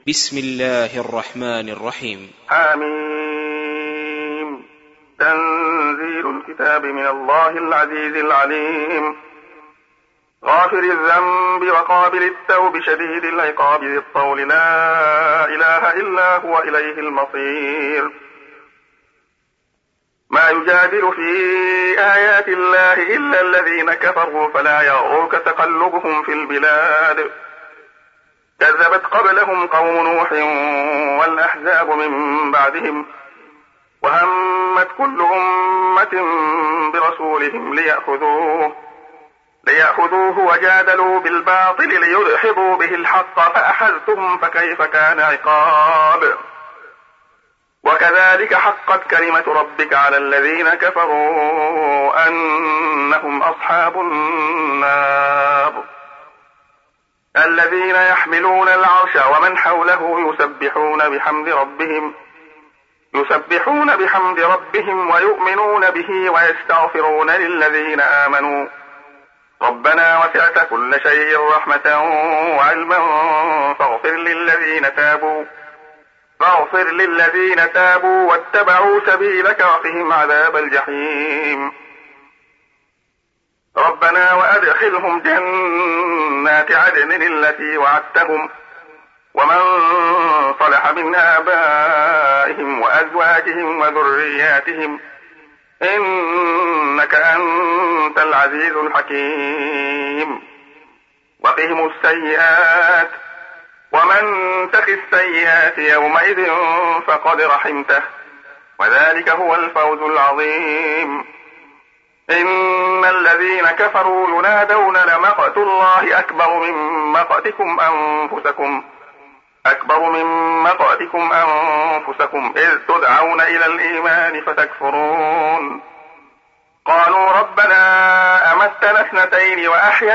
بسم الله الرحمن الرحيم. حميم. تنزيل الكتاب من الله العزيز العليم، غافر الذنب وقابل التوب شديد العقاب ذي الطول لا إله إلا هو إليه المصير. ما يجادل في آيات الله إلا الذين كفروا فلا يغرك تقلبهم في البلاد. كذبت قبلهم قوم نوح والأحزاب من بعدهم، وهمت كل أمة برسولهم ليأخذوه وجادلوا بالباطل ليدحضوا به الحق فأخذتهم فكيف كان عقاب. وكذلك حقت كلمة ربك على الذين كفروا أنهم أصحاب النار. الذين يحملون العرش ومن حوله يسبحون بحمد ربهم ويؤمنون به ويستغفرون للذين آمنوا ربنا وسعت كل شيء رحمة وعلما فاغفر للذين تابوا واتبعوا سبيلك وقهم عذاب الجحيم. ربنا وأدخلهم جنات عدن التي وعدتهم ومن صلح من آبائهم وأزواجهم وذرياتهم إنك أنت العزيز الحكيم. وقهم السيئات ومن تق السيئات يومئذ فقد رحمته وذلك هو الفوز العظيم. إن الذين كفروا ينادون لمقت الله أكبر من مقتكم أنفسكم إذ تدعون إلى الإيمان فتكفرون. قالوا ربنا أمتنا اثنتين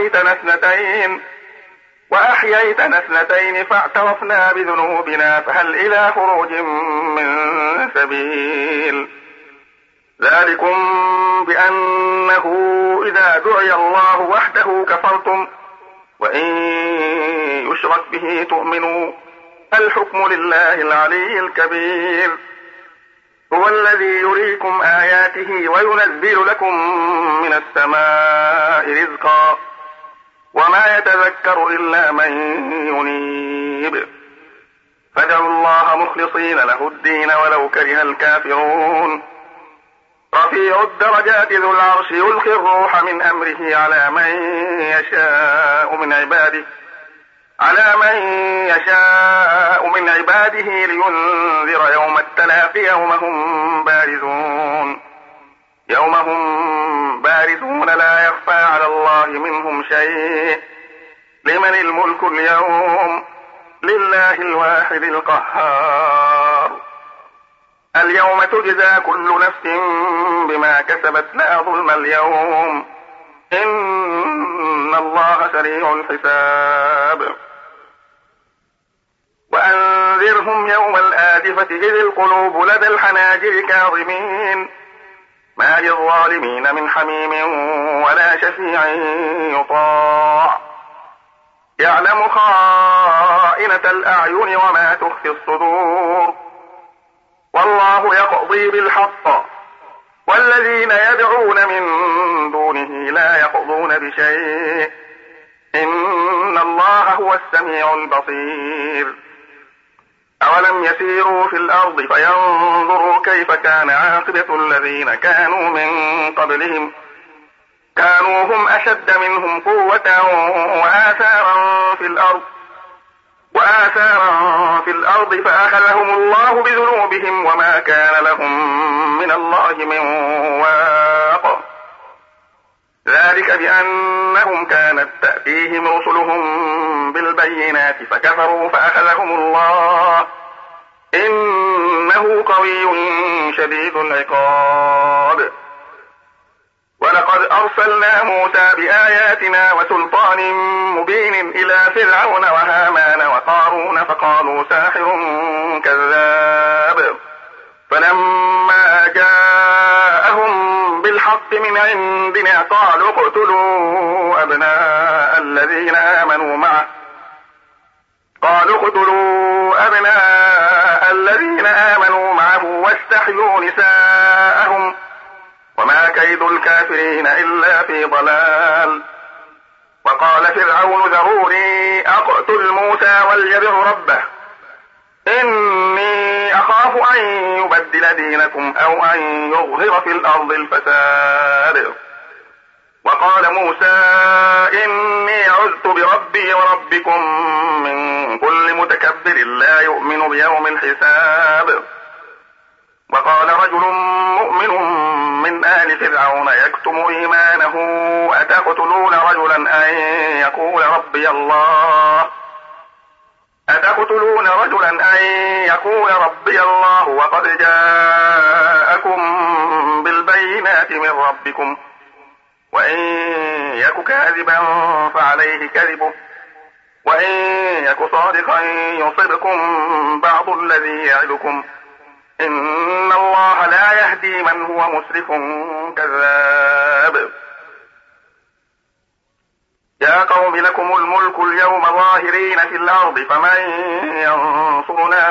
وأحييتنا اثنتين فاعترفنا بذنوبنا فهل إلى خروج من سبيل. ذلكم بأنه إذا دعي الله وحده كفرتم وإن يشرك به تؤمنوا. الحكم لله العلي الكبير. هو الذي يريكم آياته وينزل لكم من السماء رزقا وما يتذكر إلا من ينيب. فادعوا الله مخلصين له الدين ولو كره الكافرون. رفيع الدرجات ذو العرش يلقي الروح من أمره على من يشاء من عباده لينذر يوم التلاق يوم هم بارزون لا يخفى على الله منهم شيء. لمن الملك اليوم؟ لله الواحد القهار. اليوم تجزى كل نفس بما كسبت لا ظلم اليوم إن الله سريع الحساب. وأنذرهم يوم الآزفة إذ القلوب لدى الحناجر كاظمين ما للظالمين من حميم ولا شفيع يطاع. يعلم خائنة الأعين وما تخفي الصدور. والله يقضي بالحق والذين يدعون من دونه لا يقضون بشيء إن الله هو السميع البصير. أولم يسيروا في الأرض فينظروا كيف كان عاقبة الذين كانوا من قبلهم كانوا هم أشد منهم قوة وآثارا في الأرض فأخذهم الله بذنوبهم وما كان لهم من الله من واق. ذلك بأنهم كانت تأتيهم رسلهم بالبينات فكفروا فأخذهم الله إنه قوي شديد العقاب. ولقد أرسلنا موسى بآياتنا وسلطان مبين إلى فرعون وهامان وقارون فقالوا ساحر كذاب. فلما جاءهم بالحق من عندنا قالوا اقتلوا أبناء ويستحيوا نساءهم وما كيد الكافرين إلا في ضلال. وقال فرعون ذروني أقتل موسى وليدع ربه إني أخاف أن يبدل دينكم أو أن يظهر في الأرض الفساد. وقال موسى إني عذت بربي وربكم من كل متكبر لا يؤمن بيوم الحساب. وقال رجل مؤمن من آل فرعون يكتم إيمانه أتقتلون رجلا أن يقول ربي الله وقد جاءكم بالبينات من ربكم وإن يك كاذبا فعليه كذبه وإن يك صادقا يصبكم بعض الذي يعدكم إن الله لا يهدي من هو مسرف كذاب. يا قوم لكم الملك اليوم ظاهرين في الأرض فمن ينصرنا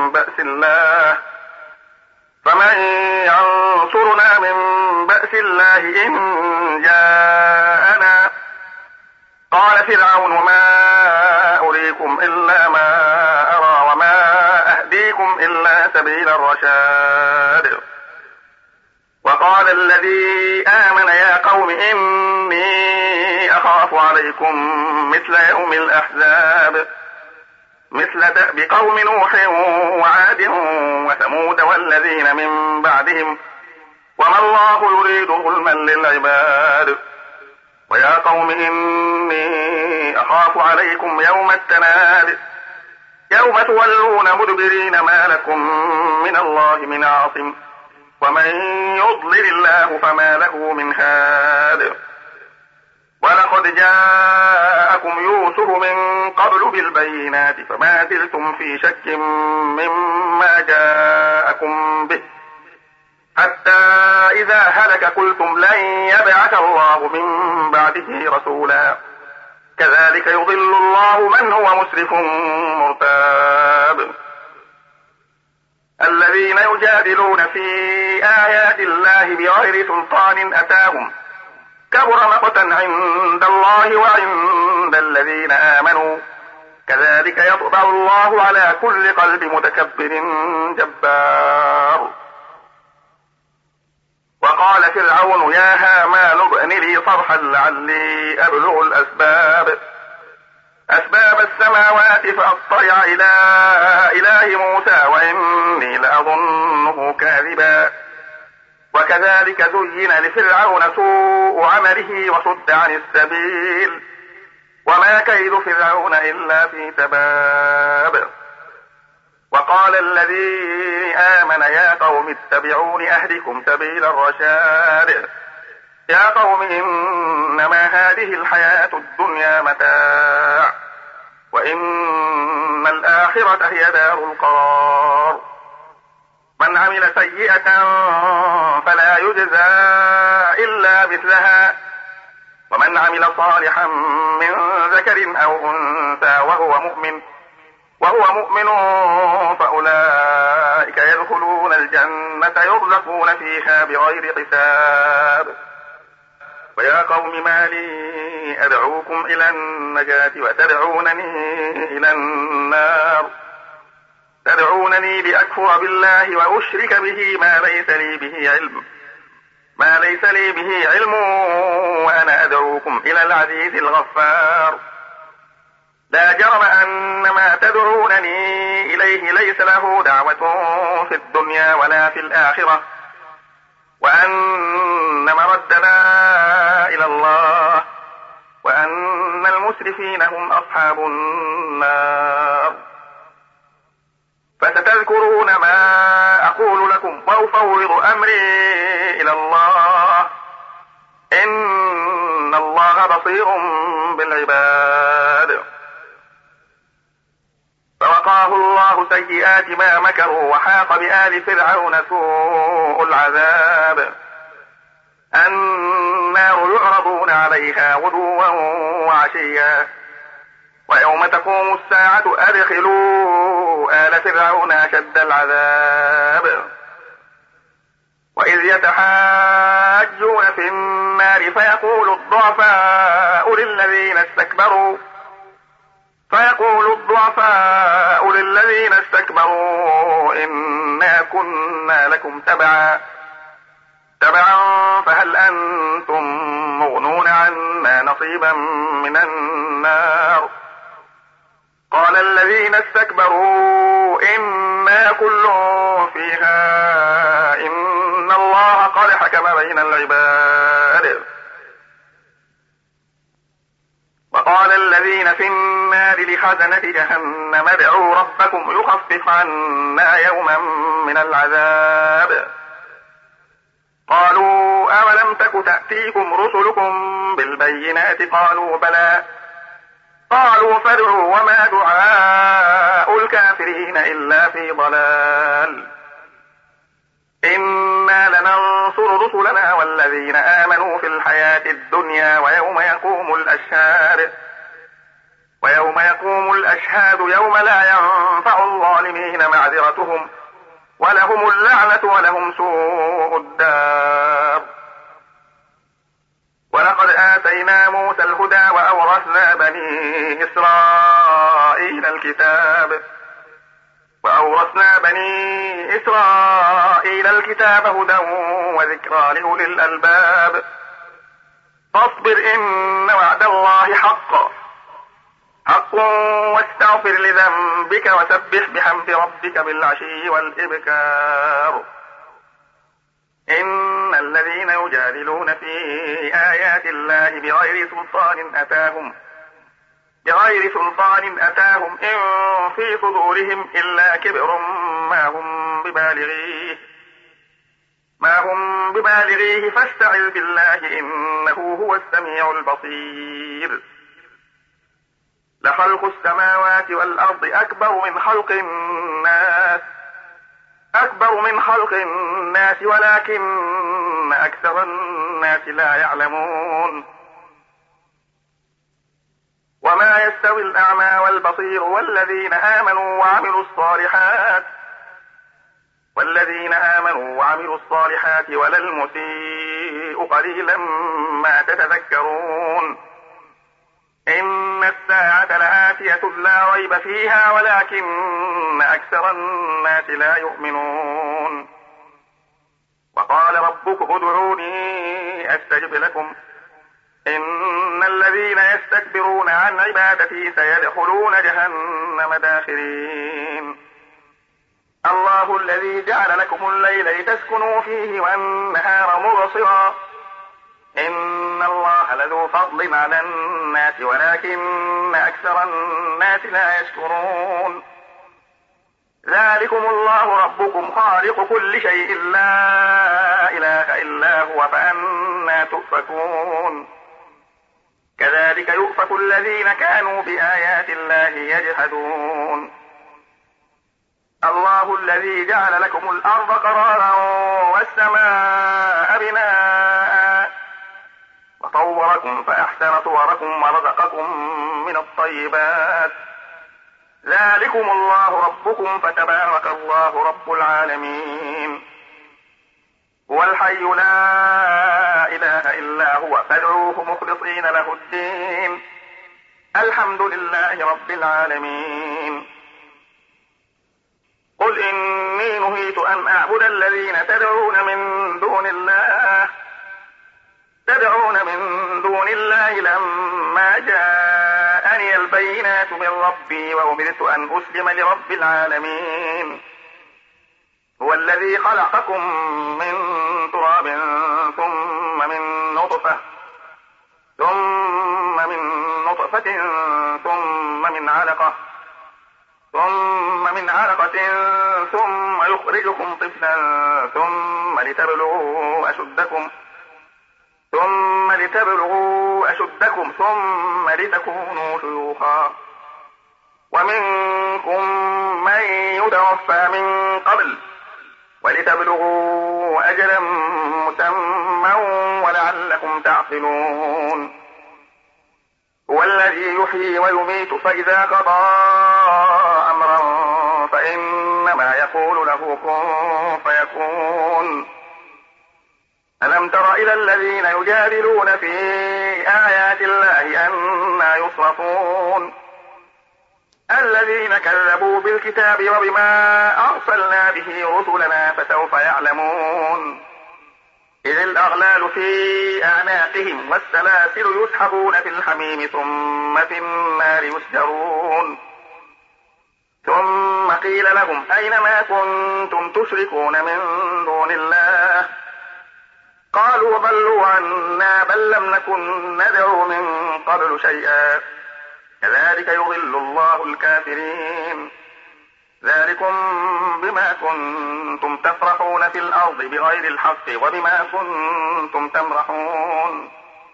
من بأس الله إن جاءنا. قال فرعون ما أريكم إلا ما أرى وما أهديكم إلا سبيل الرشاد. وقال الذي آمن يا قوم إني أخاف عليكم مثل يوم الأحزاب مثل دأب قوم نوح وعاد وثمود والذين من بعدهم وما الله يريد ظلما للعباد. ويا قوم إني أخاف عليكم يوم التناد يوم تولون مدبرين ما لكم من الله من عاصم ومن يضلل الله فما له من هاد. ولقد جاءكم يوسف من قبل بالبينات فما زلتم في شك مما جاءكم به حتى إذا هلك قلتم لن يبعث الله من بعده رسولا كذلك يضل الله من هو مسرف مرتاب. الذين يجادلون في آيات الله بغير سلطان أتاهم كبر مقتا عند الله وعند الذين آمنوا كذلك يطبع الله على كل قلب متكبر جبار. وقال فرعون يا هامان ابن لي صرحا لعلي أبلغ أسباب السماوات فأطلع إلى إله موسى وإني لأظنه كاذبا. وكذلك زين لفرعون سوء عمله وصد عن السبيل وما كيد فرعون إلا في تباب. وقال الذي آمن يا قوم اتبعون أهدكم سبيل الرشاد. يا قوم إنما هذه الحياة الدنيا متاع وإن الآخرة هي دار القرار. من عمل سيئة فلا يجزى إلا مثلها ومن عمل صالحا من ذكر أو أنثى وهو مؤمن فأولئك يدخلون الجنة يرزقون فيها بغير حساب. ويا قوم ما لي أدعوكم إلى النجاة وتدعونني إلى النار. تدعونني لأكفر بالله وأشرك به ما ليس لي به علم وأنا أدعوكم إلى العزيز الغفار. لا جرم أن ما تدعونني إليه ليس له دعوة في الدنيا ولا في الآخرة وأن مردنا إلى الله وأن المسرفين هم أصحاب النار. فستذكرون ما أقول لكم وأفوض أمري إلى الله إن الله بصير بالعباد. فوقاه الله سيئات ما مكروا وحاق بآل فرعون سوء العذاب. النار يعرضون عليها غدوا وعشيا ويوم تقوم الساعة أدخلوا آل فرعون أشد العذاب وإذ يتحاجون في النار فيقول الضعفاء للذين استكبروا إنا كنا لكم تبعا فهل أنتم مغنون عنا نصيبا من النار. قال الذين استكبروا إنا كل فيها إن الله قد حكم بين العباد. وقال الذين في النار لخزنة جهنم ادعوا ربكم يخفف عنا يوما من العذاب. قالوا أولم تك تأتيكم رسلكم بالبينات قالوا بلى. قالوا فادعوا وما دعاء الكافرين إلا في ضلال. إنا لننصر رسلنا والذين آمنوا في الحياة الدنيا ويوم يقوم الأشهاد يوم لا ينفع الظالمين معذرتهم ولهم اللعنة ولهم سوء الدار. ولقد آتينا موسى الهدى وأورثنا بني إسرائيل الكتاب هدى وذكرى لأولي الألباب. فاصبر إن وعد الله حق واستغفر لذنبك وسبح بحمد ربك بالعشي والإبكار. إن الذين يجادلون في آيات الله بغير سلطان أتاهم إن في صدورهم إلا كبر ما هم ببالغيه فاستعذ بالله إنه هو السميع البصير. لخلق السماوات والأرض أكبر من خلق الناس ولكن أكثر الناس لا يعلمون. وما يستوي الأعمى والبصير والذين آمنوا وعملوا الصالحات ولا المسيء قليلا ما تتذكرون. إن الساعة لآتية لا ريب فيها ولكن أكثر الناس لا يؤمنون. وقال ربكم ادعوني أستجب لكم إن الذين يستكبرون عن عبادتي سيدخلون جهنم داخرين. الله الذي جعل لكم الليل لتسكنوا فيه والنهار مبصرا إن الله لذو فضل على الناس ولكن أكثر الناس لا يشكرون. ذلكم الله ربكم خالق كل شيء لا إله إلا هو فأنى تؤفكون. كذلك يؤفك الذين كانوا بآيات الله يجحدون. الله الذي جعل لكم الأرض قرارا والسماء بناء وطوركم فأحسن صوركم ورزقكم من الطيبات. ذلكم الله ربكم فتبارك الله رب العالمين. هو الحي لا إله إلا هو فادعوه مخلصين له الدين. الحمد لله رب العالمين. قل إني نهيت أن أعبد الذين تدعون من دون الله لما جاءني البينات من ربي وأمرت أن أسلم لرب العالمين. هو الذي خلقكم من تراب ثم من نطفة ثم من علقة ثم يخرجكم طفلا ثم لتبلغوا أشدكم ثم لتكونوا شيوخا ومنكم من يتوفى من قبل ولتبلغوا أجلا مسمى ولعلكم تعقلون. هو الذي يحيي ويميت فإذا قضى أمرا فإنما يقول له كن فيكون. ألم تر إلى الذين يجادلون في آيات الله أنى يصرفون الذين كذبوا بالكتاب وبما أرسلنا به رسلنا فسوف يعلمون إذ الأغلال في أعناقهم والسلاسل يسحبون في الحميم ثم في النار يسجرون ثم قيل لهم أين ما كنتم تشركون من دون الله قالوا ضلوا عنا بل لم نكن ندعو من قبل شيئا كذلك يضل الله الكافرين ذلكم بما كنتم تفرحون في الأرض بغير الحق وبما كنتم تمرحون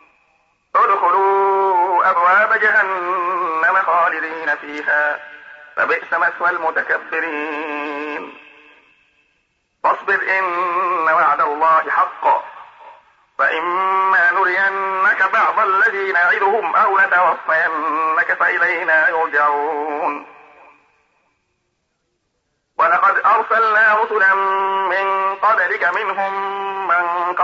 ادخلوا أبواب جهنم خالدين فيها فبئس مثوى المتكبرين فاصبر إن وعد الله حق فإما نرينك بعض الذي نعدهم أو نتوفينك فإلينا يرجعون ولقد أرسلنا رسلا من قبلك منهم من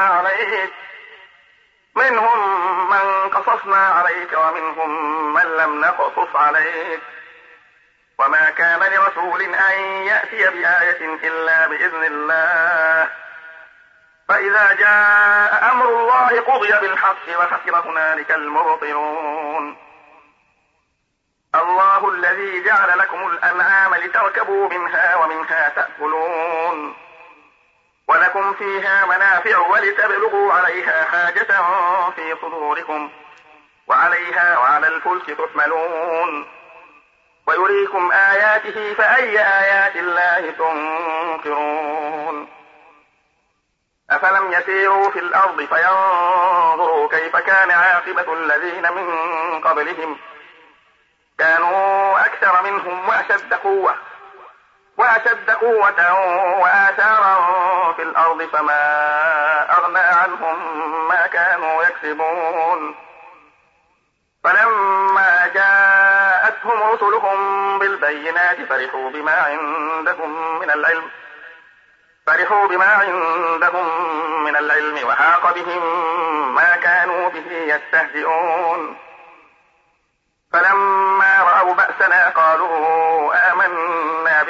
قصصنا عليك ومنهم من لم نقصص عليك وما كان لرسول أن يأتي بآية إلا بإذن الله فإذا جاء أمر الله قضي بالحق وخسر هنالك المبطلون الله الذي جعل لكم الأنعام لتركبوا منها ومنها تأكلون ولكم فيها منافع ولتبلغوا عليها حاجة في صدوركم وعليها وعلى الفلك تحملون ويريكم آياته فأي آيات الله تنكرون أفلم يسيروا في الأرض فينظروا كيف كان عاقبة الذين من قبلهم كانوا أكثر منهم وأشد قوة وآثارا في الأرض فما أغنى عنهم ما كانوا يكسبون فلما جاءتهم رسلهم بالبينات فرحوا بما عندهم من العلم وحاق بهم ما كانوا به يستهزئون فلما رأوا بأسنا قالوا آمنا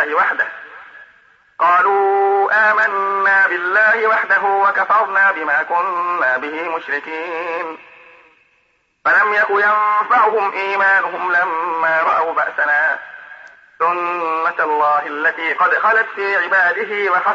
بالله وحده وكفرنا بما كنا به مشركين فلم يك ينفعهم إيمانهم لما رأوا بأسنا سنة الله التي قد خلت في عباده